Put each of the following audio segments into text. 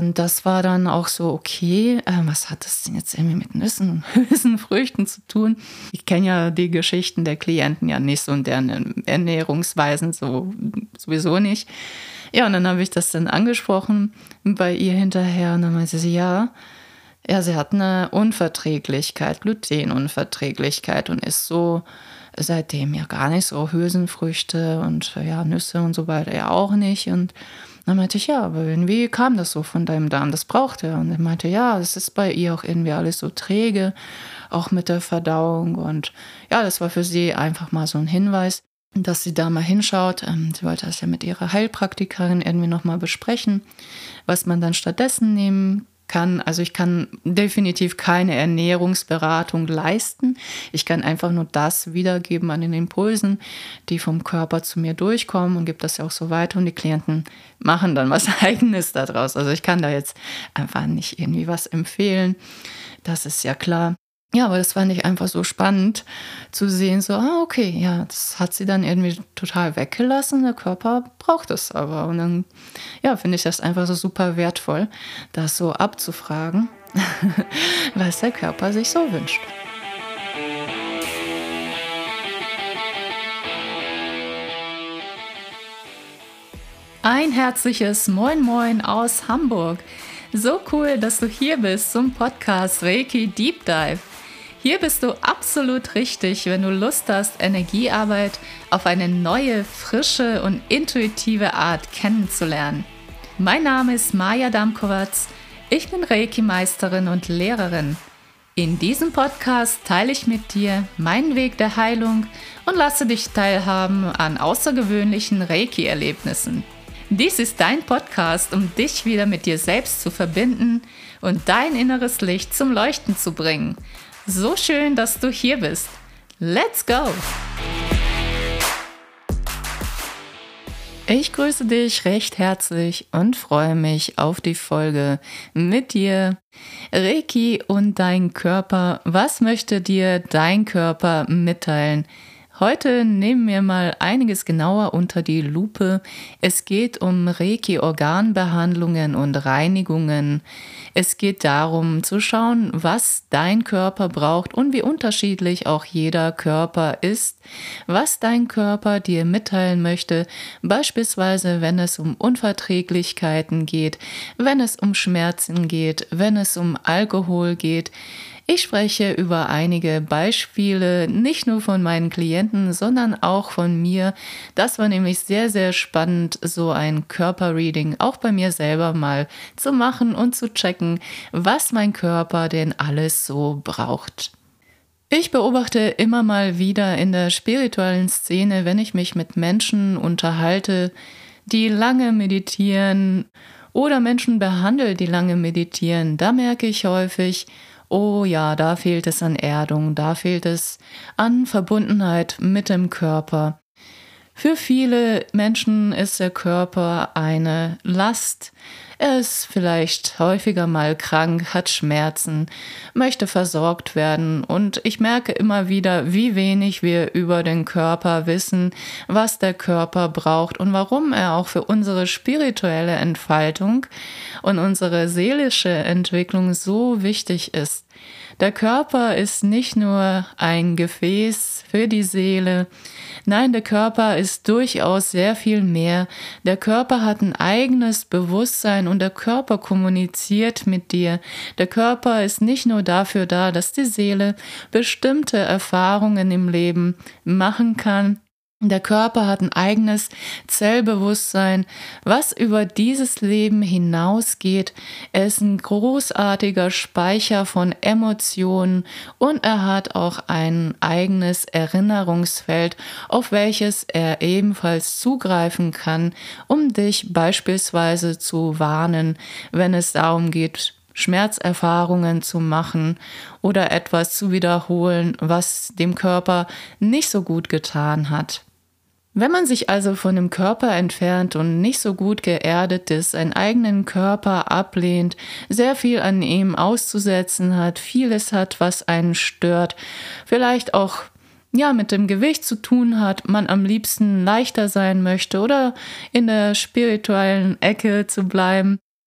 Und das war dann auch so, okay, was hat das denn jetzt irgendwie mit Nüssen und Hülsenfrüchten zu tun? Ich kenne ja die Geschichten der Klienten ja nicht so und deren Ernährungsweisen sowieso nicht. Ja, und dann habe ich das dann angesprochen bei ihr hinterher und dann meinte sie, ja, sie hat eine Unverträglichkeit, Glutenunverträglichkeit und ist so seitdem ja gar nicht so Hülsenfrüchte und ja, Nüsse und so weiter ja auch nicht. Und dann meinte ich, ja, aber irgendwie kam das so von deinem Darm, das braucht er. Und er meinte, ja, es ist bei ihr auch irgendwie alles so träge, auch mit der Verdauung. Und ja, das war für sie einfach mal so ein Hinweis, dass sie da mal hinschaut. Sie wollte das ja mit ihrer Heilpraktikerin irgendwie nochmal besprechen, was man dann stattdessen nehmen kann. Also ich kann definitiv keine Ernährungsberatung leisten. Ich kann einfach nur das wiedergeben an den Impulsen, die vom Körper zu mir durchkommen und gebe das ja auch so weiter und die Klienten machen dann was Eigenes daraus. Also ich kann da jetzt einfach nicht irgendwie was empfehlen. Das ist ja klar. Ja, aber das fand ich einfach so spannend zu sehen, so, okay, ja, das hat sie dann irgendwie total weggelassen, der Körper braucht es aber. Und dann, ja, finde ich das einfach so super wertvoll, das so abzufragen, was der Körper sich so wünscht. Ein herzliches Moin Moin aus Hamburg. So cool, dass du hier bist zum Podcast Reiki Deep Dive. Hier bist du absolut richtig, wenn du Lust hast, Energiearbeit auf eine neue, frische und intuitive Art kennenzulernen. Mein Name ist Maja Damkowatz, ich bin Reiki-Meisterin und Lehrerin. In diesem Podcast teile ich mit dir meinen Weg der Heilung und lasse dich teilhaben an außergewöhnlichen Reiki-Erlebnissen. Dies ist dein Podcast, um dich wieder mit dir selbst zu verbinden und dein inneres Licht zum Leuchten zu bringen. So schön, dass du hier bist. Let's go! Ich grüße dich recht herzlich und freue mich auf die Folge mit dir. Reiki und dein Körper. Was möchte dir dein Körper mitteilen? Heute nehmen wir mal einiges genauer unter die Lupe. Es geht um Reiki-Organbehandlungen und Reinigungen. Es geht darum zu schauen, was dein Körper braucht und wie unterschiedlich auch jeder Körper ist, was dein Körper dir mitteilen möchte, beispielsweise wenn es um Unverträglichkeiten geht, wenn es um Schmerzen geht, wenn es um Alkohol geht. Ich spreche über einige Beispiele, nicht nur von meinen Klienten, sondern auch von mir. Das war nämlich sehr, sehr spannend, so ein Körperreading auch bei mir selber mal zu machen und zu checken, was mein Körper denn alles so braucht. Ich beobachte immer mal wieder in der spirituellen Szene, wenn ich mich mit Menschen unterhalte, die lange meditieren oder Menschen behandle, die lange meditieren, da merke ich häufig, oh ja, da fehlt es an Erdung, da fehlt es an Verbundenheit mit dem Körper. Für viele Menschen ist der Körper eine Last. Er ist vielleicht häufiger mal krank, hat Schmerzen, möchte versorgt werden und ich merke immer wieder, wie wenig wir über den Körper wissen, was der Körper braucht und warum er auch für unsere spirituelle Entfaltung und unsere seelische Entwicklung so wichtig ist. Der Körper ist nicht nur ein Gefäß für die Seele. Nein, der Körper ist durchaus sehr viel mehr. Der Körper hat ein eigenes Bewusstsein und der Körper kommuniziert mit dir. Der Körper ist nicht nur dafür da, dass die Seele bestimmte Erfahrungen im Leben machen kann. Der Körper hat ein eigenes Zellbewusstsein, was über dieses Leben hinausgeht. Er ist ein großartiger Speicher von Emotionen und er hat auch ein eigenes Erinnerungsfeld, auf welches er ebenfalls zugreifen kann, um dich beispielsweise zu warnen, wenn es darum geht, Schmerzerfahrungen zu machen oder etwas zu wiederholen, was dem Körper nicht so gut getan hat. Wenn man sich also von dem Körper entfernt und nicht so gut geerdet ist, seinen eigenen Körper ablehnt, sehr viel an ihm auszusetzen hat, vieles hat, was einen stört, vielleicht auch mit dem Gewicht zu tun hat, man am liebsten leichter sein möchte oder in der spirituellen Ecke zu bleiben,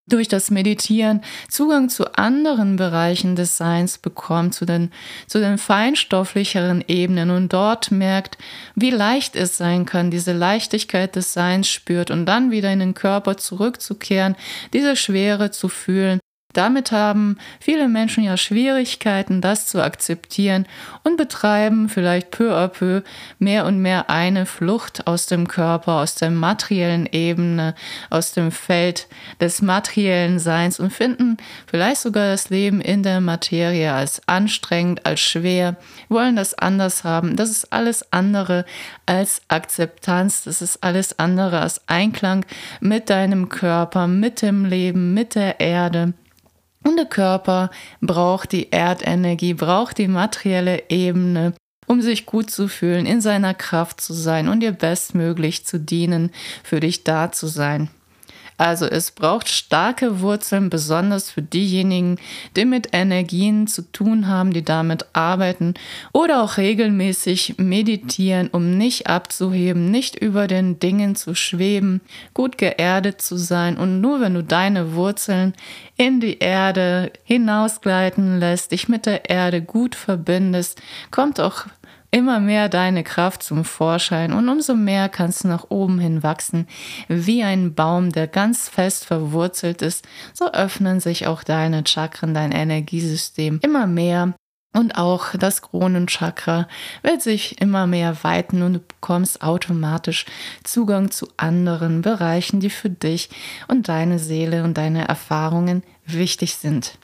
durch das Meditieren Zugang zu anderen Bereichen des Seins bekommt, zu den feinstofflicheren Ebenen und dort merkt, wie leicht es sein kann, diese Leichtigkeit des Seins spürt und dann wieder in den Körper zurückzukehren, diese Schwere zu fühlen. Damit haben viele Menschen ja Schwierigkeiten, das zu akzeptieren und betreiben vielleicht peu à peu mehr und mehr eine Flucht aus dem Körper, aus der materiellen Ebene, aus dem Feld des materiellen Seins und finden vielleicht sogar das Leben in der Materie als anstrengend, als schwer, wollen das anders haben. Das ist alles andere als Akzeptanz, das ist alles andere als Einklang mit deinem Körper, mit dem Leben, mit der Erde. Und der Körper braucht die Erdenergie, braucht die materielle Ebene, um sich gut zu fühlen, in seiner Kraft zu sein und dir bestmöglich zu dienen, für dich da zu sein. Also es braucht starke Wurzeln, besonders für diejenigen, die mit Energien zu tun haben, die damit arbeiten oder auch regelmäßig meditieren, um nicht abzuheben, nicht über den Dingen zu schweben, gut geerdet zu sein. Und nur wenn du deine Wurzeln in die Erde hinausgleiten lässt, dich mit der Erde gut verbindest, kommt auch immer mehr deine Kraft zum Vorschein und umso mehr kannst du nach oben hin wachsen. Wie ein Baum, der ganz fest verwurzelt ist, so öffnen sich auch deine Chakren, dein Energiesystem immer mehr. Und auch das Kronenchakra wird sich immer mehr weiten und du bekommst automatisch Zugang zu anderen Bereichen, die für dich und deine Seele und deine Erfahrungen wichtig sind.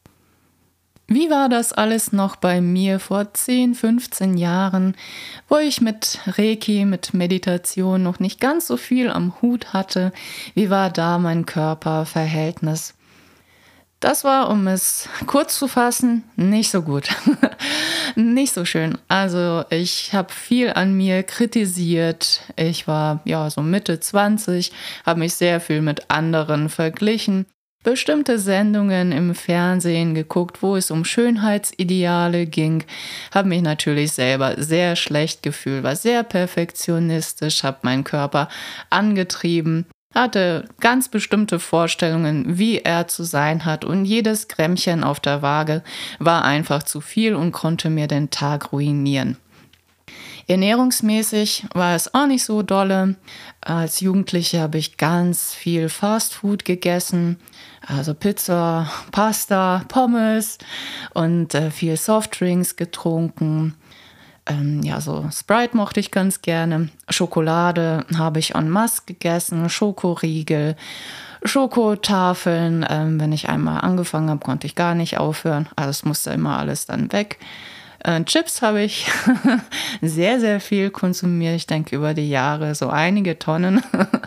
Wie war das alles noch bei mir vor 10, 15 Jahren, wo ich mit Reiki, mit Meditation noch nicht ganz so viel am Hut hatte? Wie war da mein Körperverhältnis? Das war, um es kurz zu fassen, nicht so gut. Nicht so schön. Also ich habe viel an mir kritisiert. Ich war ja so Mitte 20, habe mich sehr viel mit anderen verglichen. Bestimmte Sendungen im Fernsehen geguckt, wo es um Schönheitsideale ging, habe mich natürlich selber sehr schlecht gefühlt, war sehr perfektionistisch, habe meinen Körper angetrieben, hatte ganz bestimmte Vorstellungen, wie er zu sein hat und jedes Grämmchen auf der Waage war einfach zu viel und konnte mir den Tag ruinieren. Ernährungsmäßig war es auch nicht so dolle. Als Jugendliche habe ich ganz viel Fastfood gegessen, also Pizza, Pasta, Pommes und viel Softdrinks getrunken. Ja, so Sprite mochte ich ganz gerne. Schokolade habe ich en masse gegessen, Schokoriegel, Schokotafeln. Wenn ich einmal angefangen habe, konnte ich gar nicht aufhören. Also es musste immer alles dann weg. Chips habe ich sehr, sehr viel konsumiert. Ich denke über die Jahre so einige Tonnen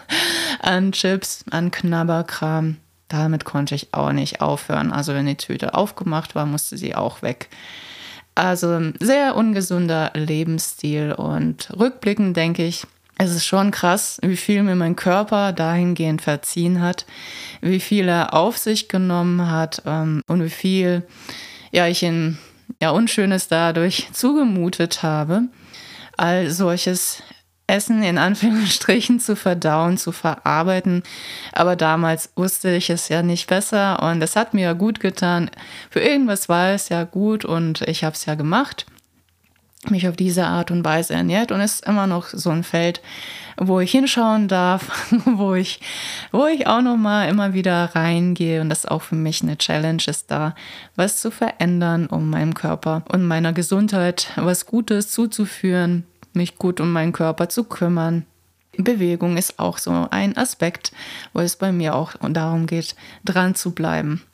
an Chips, an Knabberkram. Damit konnte ich auch nicht aufhören. Also wenn die Tüte aufgemacht war, musste sie auch weg. Also ein sehr ungesunder Lebensstil und rückblickend denke ich, es ist schon krass, wie viel mir mein Körper dahingehend verziehen hat, wie viel er auf sich genommen hat und wie viel ich in Unschönes dadurch zugemutet habe, all solches Essen in Anführungsstrichen zu verdauen, zu verarbeiten. Aber damals wusste ich es ja nicht besser und es hat mir ja gut getan. Für irgendwas war es ja gut und ich habe es ja gemacht, mich auf diese Art und Weise ernährt und es ist immer noch so ein Feld, wo ich hinschauen darf, wo ich auch nochmal immer wieder reingehe und das auch für mich eine Challenge ist, da was zu verändern, um meinem Körper und meiner Gesundheit was Gutes zuzuführen, mich gut um meinen Körper zu kümmern. Bewegung ist auch so ein Aspekt, wo es bei mir auch darum geht, dran zu bleiben.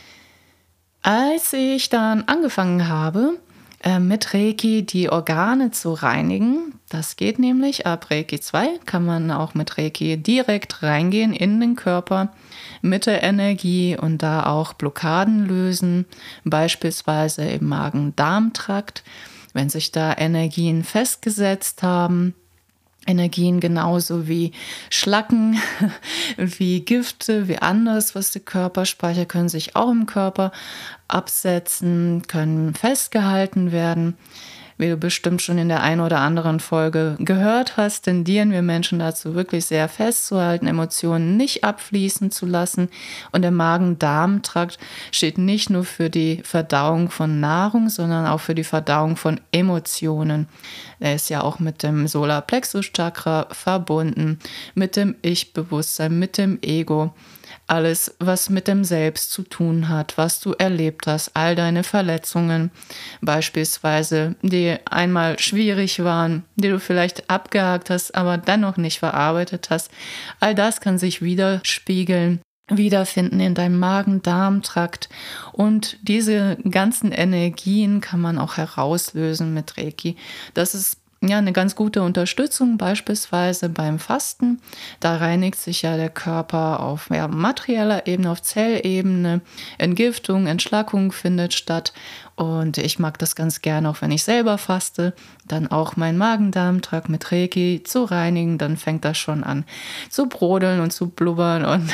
Als ich dann angefangen habe, mit Reiki die Organe zu reinigen. Das geht nämlich ab Reiki 2, kann man auch mit Reiki direkt reingehen in den Körper mit der Energie und da auch Blockaden lösen, beispielsweise im Magen-Darm-Trakt, wenn sich da Energien festgesetzt haben. Energien genauso wie Schlacken, wie Gifte, wie anderes, was der Körper speichert, können sich auch im Körper absetzen, können festgehalten werden. Wie du bestimmt schon in der einen oder anderen Folge gehört hast, tendieren wir Menschen dazu, wirklich sehr festzuhalten, Emotionen nicht abfließen zu lassen. Und der Magen-Darm-Trakt steht nicht nur für die Verdauung von Nahrung, sondern auch für die Verdauung von Emotionen. Er ist ja auch mit dem Solarplexus-Chakra verbunden, mit dem Ich-Bewusstsein, mit dem Ego. Alles, was mit dem Selbst zu tun hat, was du erlebt hast, all deine Verletzungen beispielsweise, die einmal schwierig waren, die du vielleicht abgehakt hast, aber dennoch nicht verarbeitet hast, all das kann sich widerspiegeln, wiederfinden in deinem Magen-Darm-Trakt, und diese ganzen Energien kann man auch herauslösen mit Reiki. Das ist ja eine ganz gute Unterstützung, beispielsweise beim Fasten. Da reinigt sich ja der Körper auf materieller Ebene, auf Zellebene. Entgiftung, Entschlackung findet statt. Und ich mag das ganz gerne, auch wenn ich selber faste, dann auch meinen Magen-Darm-Trakt mit Reiki zu reinigen. Dann fängt das schon an zu brodeln und zu blubbern. Und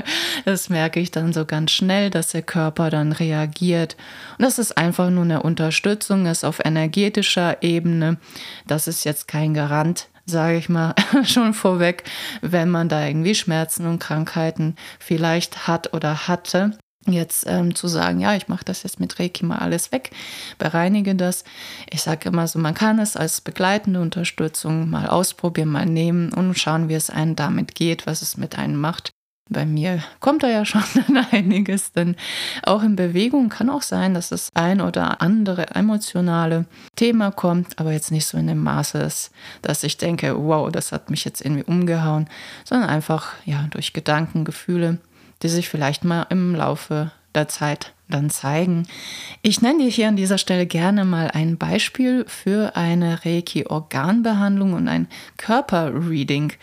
das merke ich dann so ganz schnell, dass der Körper dann reagiert. Und das ist einfach nur eine Unterstützung, ist auf energetischer Ebene. Das ist jetzt kein Garant, sage ich mal, schon vorweg, wenn man da irgendwie Schmerzen und Krankheiten vielleicht hat oder hatte. Jetzt zu sagen, ja, ich mache das jetzt mit Reiki mal alles weg, bereinige das. Ich sage immer so, man kann es als begleitende Unterstützung mal ausprobieren, mal nehmen und schauen, wie es einem damit geht, was es mit einem macht. Bei mir kommt da ja schon einiges, denn auch in Bewegung kann auch sein, dass das ein oder andere emotionale Thema kommt, aber jetzt nicht so in dem Maße ist, dass ich denke, wow, das hat mich jetzt irgendwie umgehauen, sondern einfach ja durch Gedanken, Gefühle, die sich vielleicht mal im Laufe der Zeit dann zeigen. Ich nenne dir hier an dieser Stelle gerne mal ein Beispiel für eine Reiki-Organbehandlung und ein Körperreading.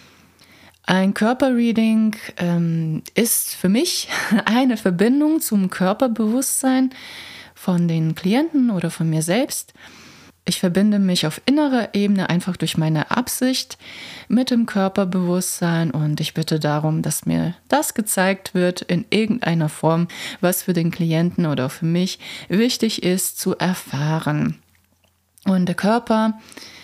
Ein Körperreading ist für mich eine Verbindung zum Körperbewusstsein von den Klienten oder von mir selbst. Ich verbinde mich auf innerer Ebene einfach durch meine Absicht mit dem Körperbewusstsein, und ich bitte darum, dass mir das gezeigt wird in irgendeiner Form, was für den Klienten oder für mich wichtig ist zu erfahren. Und der Körper,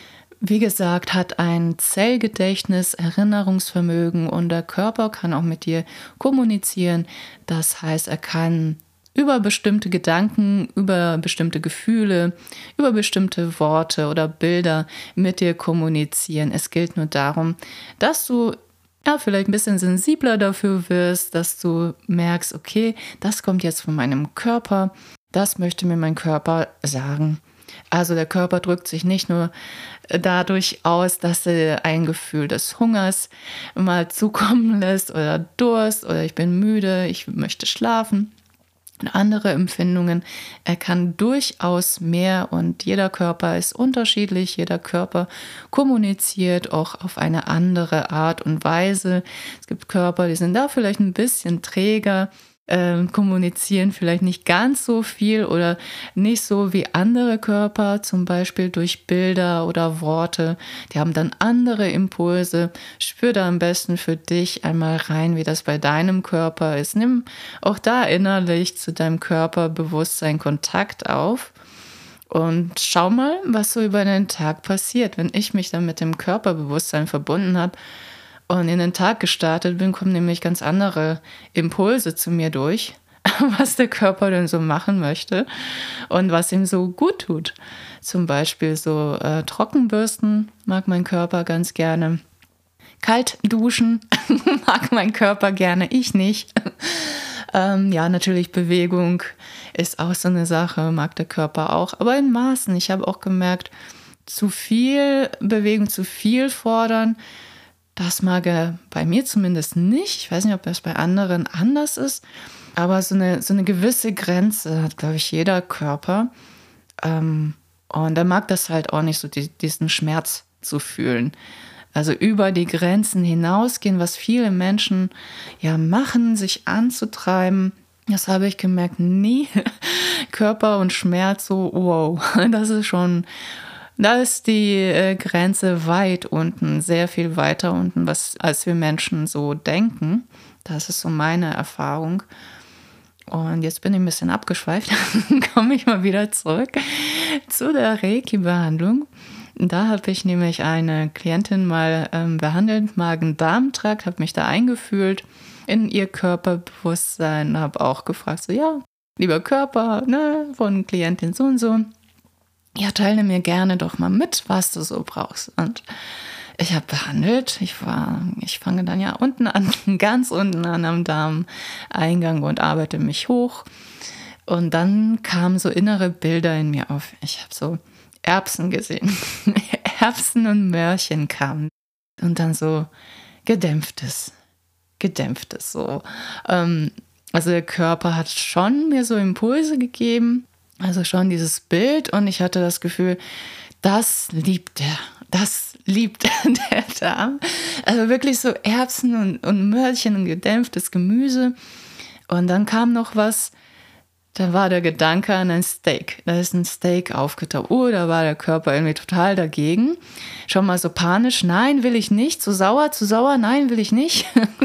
wie gesagt, hat ein Zellgedächtnis, Erinnerungsvermögen, und der Körper kann auch mit dir kommunizieren. Das heißt, er kann über bestimmte Gedanken, über bestimmte Gefühle, über bestimmte Worte oder Bilder mit dir kommunizieren. Es gilt nur darum, dass du vielleicht ein bisschen sensibler dafür wirst, dass du merkst, okay, das kommt jetzt von meinem Körper, das möchte mir mein Körper sagen. Also der Körper drückt sich nicht nur dadurch aus, dass er ein Gefühl des Hungers mal zukommen lässt oder Durst oder ich bin müde, ich möchte schlafen. Und andere Empfindungen. Er kann durchaus mehr, und jeder Körper ist unterschiedlich. Jeder Körper kommuniziert auch auf eine andere Art und Weise. Es gibt Körper, die sind da vielleicht ein bisschen träger, kommunizieren vielleicht nicht ganz so viel oder nicht so wie andere Körper, zum Beispiel durch Bilder oder Worte. Die haben dann andere Impulse. Spür da am besten für dich einmal rein, wie das bei deinem Körper ist. Nimm auch da innerlich zu deinem Körperbewusstsein Kontakt auf und schau mal, was so über den Tag passiert. Wenn ich mich dann mit dem Körperbewusstsein verbunden habe und in den Tag gestartet bin, kommen nämlich ganz andere Impulse zu mir durch, was der Körper denn so machen möchte und was ihm so gut tut. Zum Beispiel so Trockenbürsten mag mein Körper ganz gerne. Kalt duschen mag mein Körper gerne, ich nicht. Ja, natürlich Bewegung ist auch so eine Sache, mag der Körper auch, aber in Maßen. Ich habe auch gemerkt, zu viel Bewegung, zu viel fordern, das mag er bei mir zumindest nicht. Ich weiß nicht, ob das bei anderen anders ist. Aber so eine gewisse Grenze hat, glaube ich, jeder Körper. Und er mag das halt auch nicht, so diesen Schmerz zu fühlen. Also über die Grenzen hinausgehen, was viele Menschen ja machen, sich anzutreiben. Das habe ich gemerkt, nie. Körper und Schmerz, so wow, das ist schon... Da ist die Grenze weit unten, sehr viel weiter unten, als wir Menschen so denken. Das ist so meine Erfahrung. Und jetzt bin ich ein bisschen abgeschweift, komme ich mal wieder zurück. zu der Reiki-Behandlung. Da habe ich nämlich eine Klientin mal behandelt, Magen-Darm-Trakt, habe mich da eingefühlt in ihr Körperbewusstsein, habe auch gefragt, so ja, lieber Körper, ne, von Klientin so und so, ja, teile mir gerne doch mal mit, was du so brauchst. Und ich habe behandelt, ich fange dann ja unten an, ganz unten an am Darmeingang und arbeite mich hoch. Und dann kamen so innere Bilder in mir auf. Ich habe so Erbsen gesehen. Erbsen und Möhrchen kamen. Und dann so gedämpftes so. Also der Körper hat schon mir so Impulse gegeben, also schon dieses Bild. Und ich hatte das Gefühl, das liebt der Darm. Also wirklich so Erbsen und Möhrchen und gedämpftes Gemüse. Und dann kam noch was. Da war der Gedanke an ein Steak. Da ist ein Steak aufgetaucht. Oh, da war der Körper irgendwie total dagegen. Schon mal so panisch. Nein, will ich nicht. Zu sauer. Nein, will ich nicht.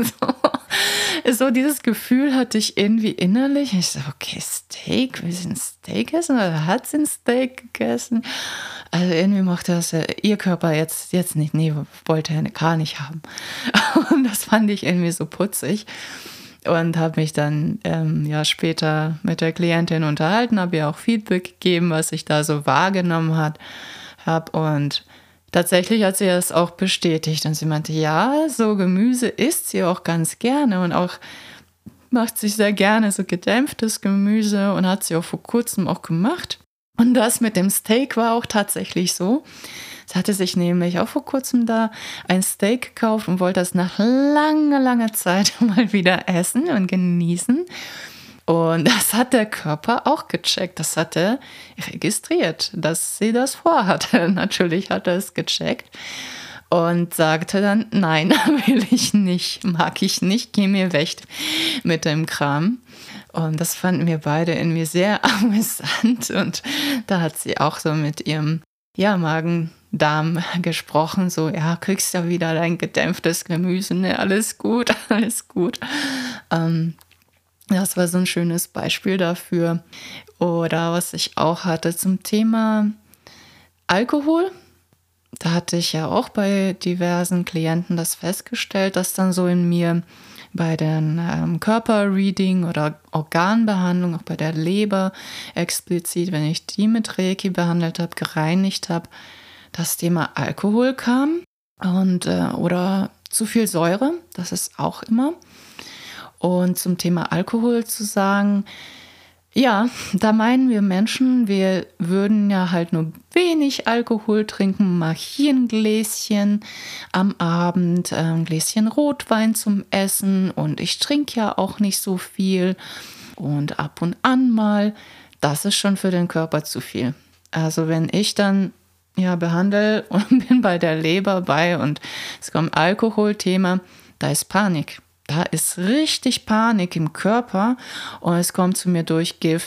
So dieses Gefühl hatte ich irgendwie innerlich. Ich so, okay, Steak. Will sie ein Steak essen? Oder hat sie ein Steak gegessen? Also irgendwie mochte das ihr Körper jetzt nicht. Nee, wollte er gar nicht haben. Und das fand ich irgendwie so putzig. Und habe mich dann später mit der Klientin unterhalten, habe ihr auch Feedback gegeben, was ich da so wahrgenommen habe. Und tatsächlich hat sie das auch bestätigt. Und sie meinte, ja, so Gemüse isst sie auch ganz gerne und auch macht sich sehr gerne so gedämpftes Gemüse und hat sie auch vor kurzem auch gemacht. Und das mit dem Steak war auch tatsächlich so. Sie hatte sich nämlich auch vor kurzem da ein Steak gekauft und wollte das nach langer Zeit mal wieder essen und genießen. Und das hat der Körper auch gecheckt. Das hat er registriert, dass sie das vorhatte. Natürlich hat er es gecheckt und sagte dann, nein, will ich nicht, mag ich nicht, geh mir weg mit dem Kram. Und das fanden wir beide irgendwie sehr amüsant. Und da hat sie auch so mit ihrem Magen-Darm gesprochen, so, ja, kriegst ja wieder dein gedämpftes Gemüse, ne, alles gut, alles gut. Das war so ein schönes Beispiel dafür. Oder was ich auch hatte zum Thema Alkohol. Da hatte ich ja auch bei diversen Klienten das festgestellt, dass dann so in mir bei den Körperreading oder Organbehandlung, auch bei der Leber explizit, wenn ich die mit Reiki behandelt habe, gereinigt habe, das Thema Alkohol kam und oder zu viel Säure, das ist auch immer. Und zum Thema Alkohol zu sagen, ja, da meinen wir Menschen, wir würden ja halt nur wenig Alkohol trinken, mal hier ein Gläschen am Abend, ein Gläschen Rotwein zum Essen und ich trinke ja auch nicht so viel und ab und an mal, das ist schon für den Körper zu viel. Also wenn ich dann behandle und bin bei der Leber bei und es kommt Alkoholthema, da ist Panik. Da ist richtig Panik im Körper und es kommt zu mir durch Gift,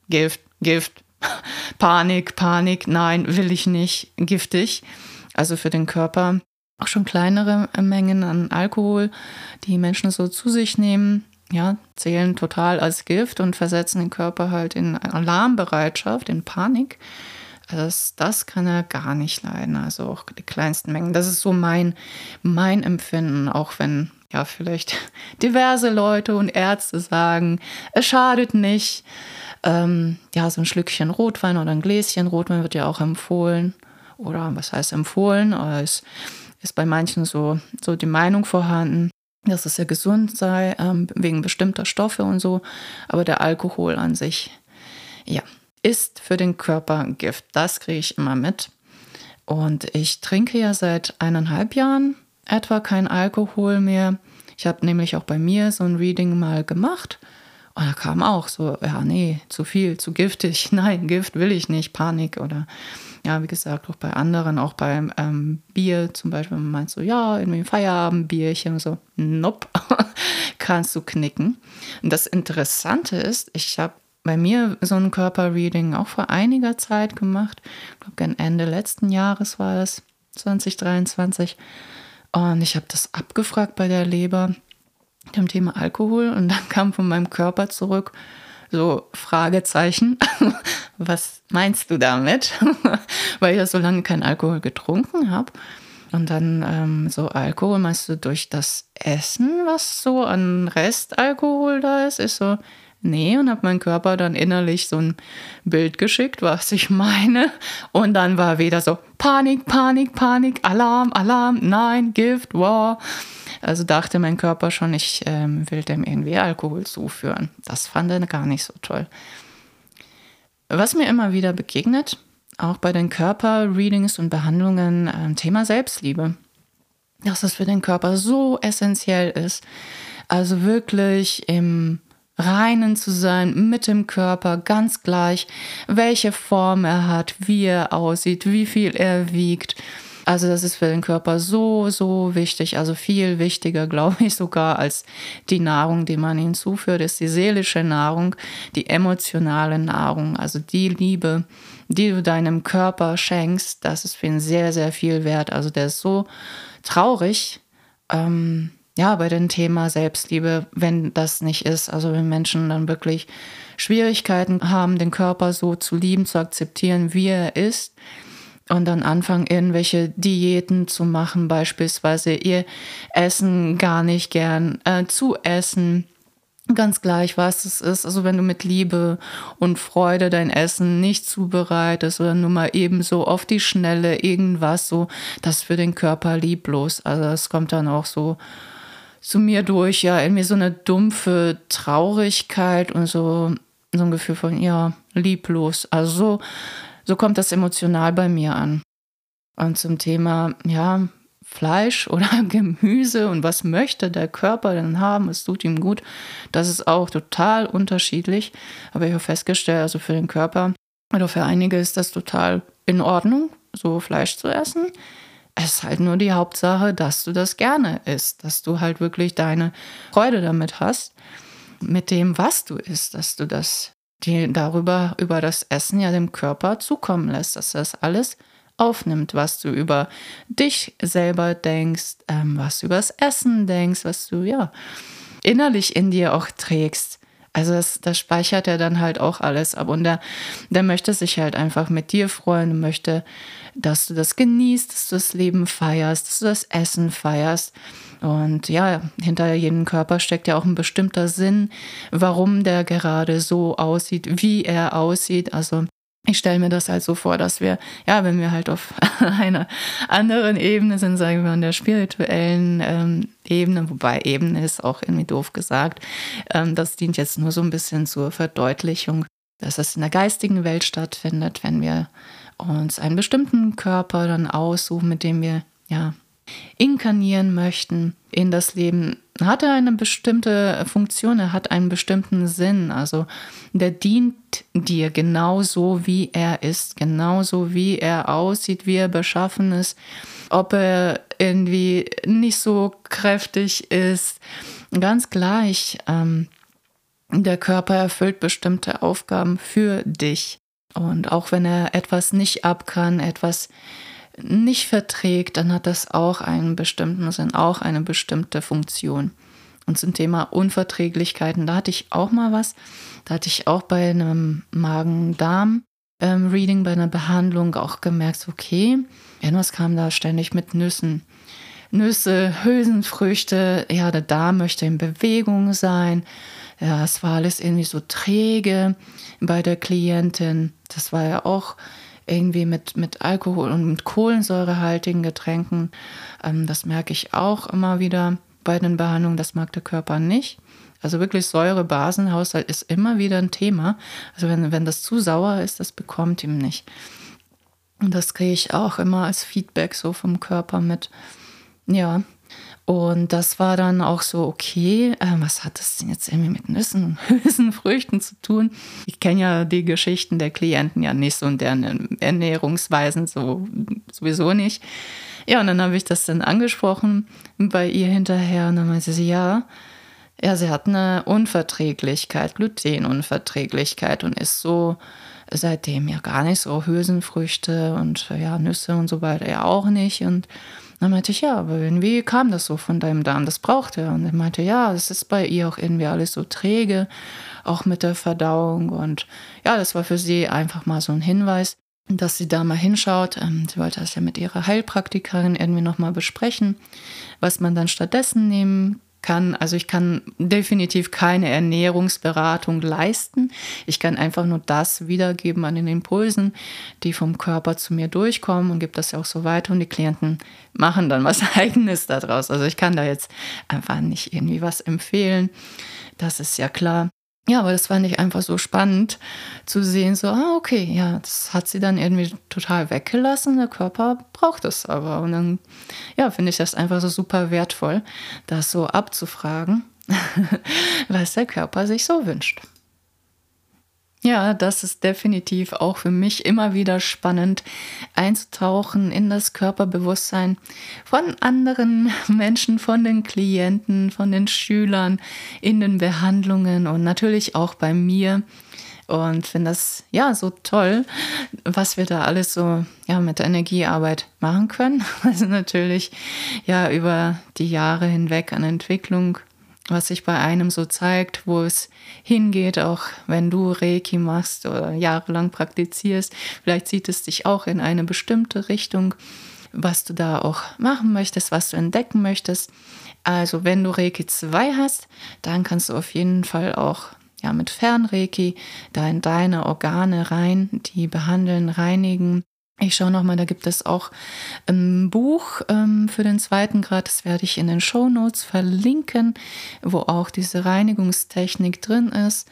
Panik, nein, will ich nicht, giftig. Also für den Körper auch schon kleinere Mengen an Alkohol, die Menschen so zu sich nehmen, zählen total als Gift und versetzen den Körper halt in Alarmbereitschaft, in Panik. Also das kann er gar nicht leiden, also auch die kleinsten Mengen. Das ist so mein Empfinden, auch wenn vielleicht diverse Leute und Ärzte sagen, es schadet nicht. So ein Schlückchen Rotwein oder ein Gläschen Rotwein wird ja auch empfohlen. Oder was heißt empfohlen? Oder es ist bei manchen so die Meinung vorhanden, dass es ja gesund sei, wegen bestimmter Stoffe und so. Aber der Alkohol an sich, ist für den Körper Gift. Das kriege ich immer mit. Und ich trinke ja seit 1,5 Jahren etwa kein Alkohol mehr. Ich habe nämlich auch bei mir so ein Reading mal gemacht und da kam auch so, zu viel, zu giftig, nein, Gift will ich nicht, Panik oder wie gesagt, auch bei anderen, auch beim Bier zum Beispiel, man meint so, irgendwie ein Feierabendbierchen und so, nope, kannst du knicken. Und das Interessante ist, ich habe bei mir so ein Körperreading auch vor einiger Zeit gemacht, ich glaube, gegen Ende letzten Jahres war das, 2023. Und ich habe das abgefragt bei der Leber, dem Thema Alkohol. Und dann kam von meinem Körper zurück so Fragezeichen. was meinst du damit? Weil ich ja so lange keinen Alkohol getrunken habe. Und dann so Alkohol, meinst du durch das Essen, was so an Restalkohol da ist? Ist so, nee, und habe meinem Körper dann innerlich so ein Bild geschickt, was ich meine. Und dann war wieder so Panik, Panik, Panik, Alarm, Alarm, nein, Gift, wow. Also dachte mein Körper schon, ich will dem irgendwie Alkohol zuführen. Das fand er gar nicht so toll. Was mir immer wieder begegnet, auch bei den Körperreadings und Behandlungen, Thema Selbstliebe. Dass es für den Körper so essentiell ist. Also wirklich im Reinen zu sein mit dem Körper, ganz gleich, welche Form er hat, wie er aussieht, wie viel er wiegt. Also das ist für den Körper so, so wichtig, also viel wichtiger, glaube ich, sogar als die Nahrung, die man ihm zuführt, ist die seelische Nahrung, die emotionale Nahrung, also die Liebe, die du deinem Körper schenkst, das ist für ihn sehr, sehr viel wert. Also der ist so traurig, bei dem Thema Selbstliebe, wenn das nicht ist. Also wenn Menschen dann wirklich Schwierigkeiten haben, den Körper so zu lieben, zu akzeptieren, wie er ist, und dann anfangen, irgendwelche Diäten zu machen, beispielsweise ihr Essen gar nicht gern zu essen. Ganz gleich, was es ist. Also wenn du mit Liebe und Freude dein Essen nicht zubereitest oder nur mal eben so auf die Schnelle irgendwas so, das ist für den Körper lieblos. Also es kommt dann auch so zu mir durch, ja, irgendwie so eine dumpfe Traurigkeit und so ein Gefühl von, ja, lieblos. Also so kommt das emotional bei mir an. Und zum Thema, ja, Fleisch oder Gemüse und was möchte der Körper denn haben, es tut ihm gut, das ist auch total unterschiedlich. Aber ich habe festgestellt, also für den Körper oder für einige ist das total in Ordnung, so Fleisch zu essen. Es ist halt nur die Hauptsache, dass du das gerne isst, dass du halt wirklich deine Freude damit hast, mit dem, was du isst, dass du das über das Essen ja dem Körper zukommen lässt, dass das alles aufnimmt, was du über dich selber denkst, was du über das Essen denkst, was du ja innerlich in dir auch trägst. Also das speichert er dann halt auch alles ab und der möchte sich halt einfach mit dir freuen und möchte, dass du das genießt, dass du das Leben feierst, dass du das Essen feierst. Und ja, hinter jedem Körper steckt ja auch ein bestimmter Sinn, warum der gerade so aussieht, wie er aussieht. Also ich stelle mir das halt so vor, dass wir, ja, wenn wir halt auf einer anderen Ebene sind, sagen wir mal, in der spirituellen Ebene, wobei Ebene ist auch irgendwie doof gesagt, das dient jetzt nur so ein bisschen zur Verdeutlichung, dass es in der geistigen Welt stattfindet, wenn wir uns einen bestimmten Körper dann aussuchen, mit dem wir, ja, inkarnieren möchten in das Leben, hat er eine bestimmte Funktion, er hat einen bestimmten Sinn. Also der dient dir genauso, wie er ist, genauso wie er aussieht, wie er beschaffen ist, ob er irgendwie nicht so kräftig ist, ganz gleich. Der Körper erfüllt bestimmte Aufgaben für dich. Und auch wenn er etwas nicht ab kann, etwas nicht verträgt, dann hat das auch einen bestimmten Sinn, auch eine bestimmte Funktion. Und zum Thema Unverträglichkeiten, da hatte ich auch mal was. Da hatte ich auch bei einem Magen-Darm-Reading, bei einer Behandlung auch gemerkt, okay, irgendwas kam da ständig mit Nüssen. Nüsse, Hülsenfrüchte, ja, der Darm möchte in Bewegung sein. Ja, es war alles irgendwie so träge bei der Klientin. Das war ja auch irgendwie mit Alkohol und mit kohlensäurehaltigen Getränken. Das merke ich auch immer wieder bei den Behandlungen. Das mag der Körper nicht. Also wirklich Säure-Basen-Haushalt ist immer wieder ein Thema. Also wenn das zu sauer ist, das bekommt ihm nicht. Und das kriege ich auch immer als Feedback so vom Körper mit. Ja, und das war dann auch so, okay, was hat das denn jetzt irgendwie mit Nüssen und Hülsenfrüchten zu tun? Ich kenne ja die Geschichten der Klienten ja nicht so und deren Ernährungsweisen sowieso nicht. Ja, und dann habe ich das dann angesprochen bei ihr hinterher und dann meinte sie, ja, sie hat eine Unverträglichkeit, Glutenunverträglichkeit und ist so seitdem ja gar nicht so Hülsenfrüchte und ja, Nüsse und so weiter ja auch nicht. Und Dann meinte ich, ja, aber irgendwie kam das so von deinem Darm, das braucht er. Und er meinte, ja, es ist bei ihr auch irgendwie alles so träge, auch mit der Verdauung. Und ja, das war für sie einfach mal so ein Hinweis, dass sie da mal hinschaut. Sie wollte das ja mit ihrer Heilpraktikerin irgendwie nochmal besprechen, was man dann stattdessen nehmen kann. Also ich kann definitiv keine Ernährungsberatung leisten. Ich kann einfach nur das wiedergeben an den Impulsen, die vom Körper zu mir durchkommen, und gebe das ja auch so weiter, und die Klienten machen dann was Eigenes daraus. Also ich kann da jetzt einfach nicht irgendwie was empfehlen. Das ist ja klar. Ja, aber das fand ich einfach so spannend zu sehen, so, okay, ja, das hat sie dann irgendwie total weggelassen, der Körper braucht es aber. Und dann, ja, finde ich das einfach so super wertvoll, das so abzufragen, was der Körper sich so wünscht. Ja, das ist definitiv auch für mich immer wieder spannend, einzutauchen in das Körperbewusstsein von anderen Menschen, von den Klienten, von den Schülern in den Behandlungen und natürlich auch bei mir. Und finde das ja so toll, was wir da alles so mit der Energiearbeit machen können. Also natürlich ja über die Jahre hinweg an Entwicklung, was sich bei einem so zeigt, wo es hingeht, auch wenn du Reiki machst oder jahrelang praktizierst. Vielleicht zieht es dich auch in eine bestimmte Richtung, was du da auch machen möchtest, was du entdecken möchtest. Also wenn du Reiki 2 hast, dann kannst du auf jeden Fall auch mit Fernreiki da in deine Organe rein, die behandeln, reinigen. Ich schaue nochmal, da gibt es auch ein Buch für den 2. Grad, das werde ich in den Shownotes verlinken, wo auch diese Reinigungstechnik drin ist.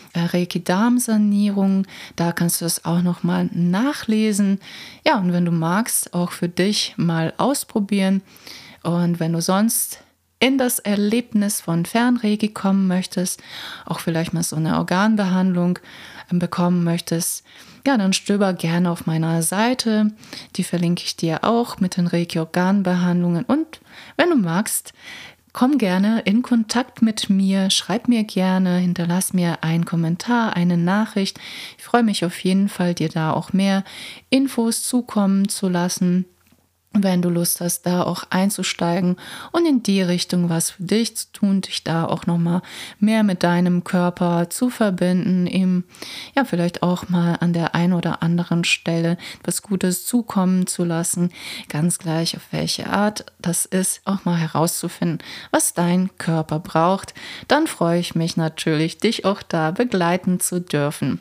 Reiki-Darmsanierung, da kannst du das auch nochmal nachlesen. Ja, und wenn du magst, auch für dich mal ausprobieren. Und wenn du sonst in das Erlebnis von Fernreiki kommen möchtest, auch vielleicht mal so eine Organbehandlung bekommen möchtest, ja, dann stöber gerne auf meiner Seite. Die verlinke ich dir auch mit den Reiki-Organbehandlungen. Und wenn du magst, komm gerne in Kontakt mit mir, schreib mir gerne, hinterlass mir einen Kommentar, eine Nachricht. Ich freue mich auf jeden Fall, dir da auch mehr Infos zukommen zu lassen, wenn du Lust hast, da auch einzusteigen und in die Richtung was für dich zu tun, dich da auch nochmal mehr mit deinem Körper zu verbinden, ihm vielleicht auch mal an der einen oder anderen Stelle was Gutes zukommen zu lassen, ganz gleich auf welche Art das ist, auch mal herauszufinden, was dein Körper braucht. Dann freue ich mich natürlich, dich auch da begleiten zu dürfen.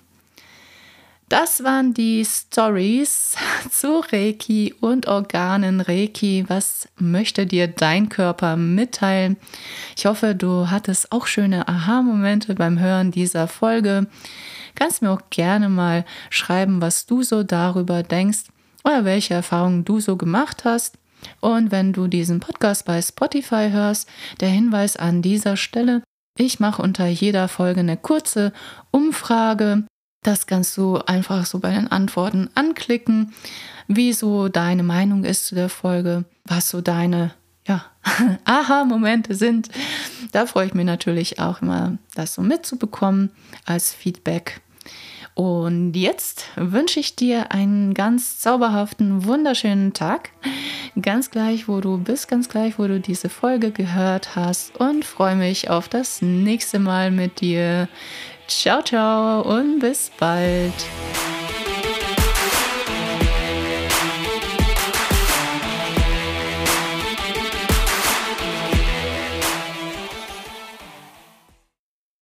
Das waren die Stories zu Reiki und Organen Reiki. Was möchte dir dein Körper mitteilen? Ich hoffe, du hattest auch schöne Aha-Momente beim Hören dieser Folge. Kannst mir auch gerne mal schreiben, was du so darüber denkst oder welche Erfahrungen du so gemacht hast. Und wenn du diesen Podcast bei Spotify hörst, der Hinweis an dieser Stelle: Ich mache unter jeder Folge eine kurze Umfrage. Das kannst du einfach so bei den Antworten anklicken, wie so deine Meinung ist zu der Folge, was so deine Aha-Momente sind. Da freue ich mich natürlich auch immer, das so mitzubekommen als Feedback. Und jetzt wünsche ich dir einen ganz zauberhaften, wunderschönen Tag. Ganz gleich, wo du bist, ganz gleich, wo du diese Folge gehört hast, und freue mich auf das nächste Mal mit dir. Ciao, ciao und bis bald.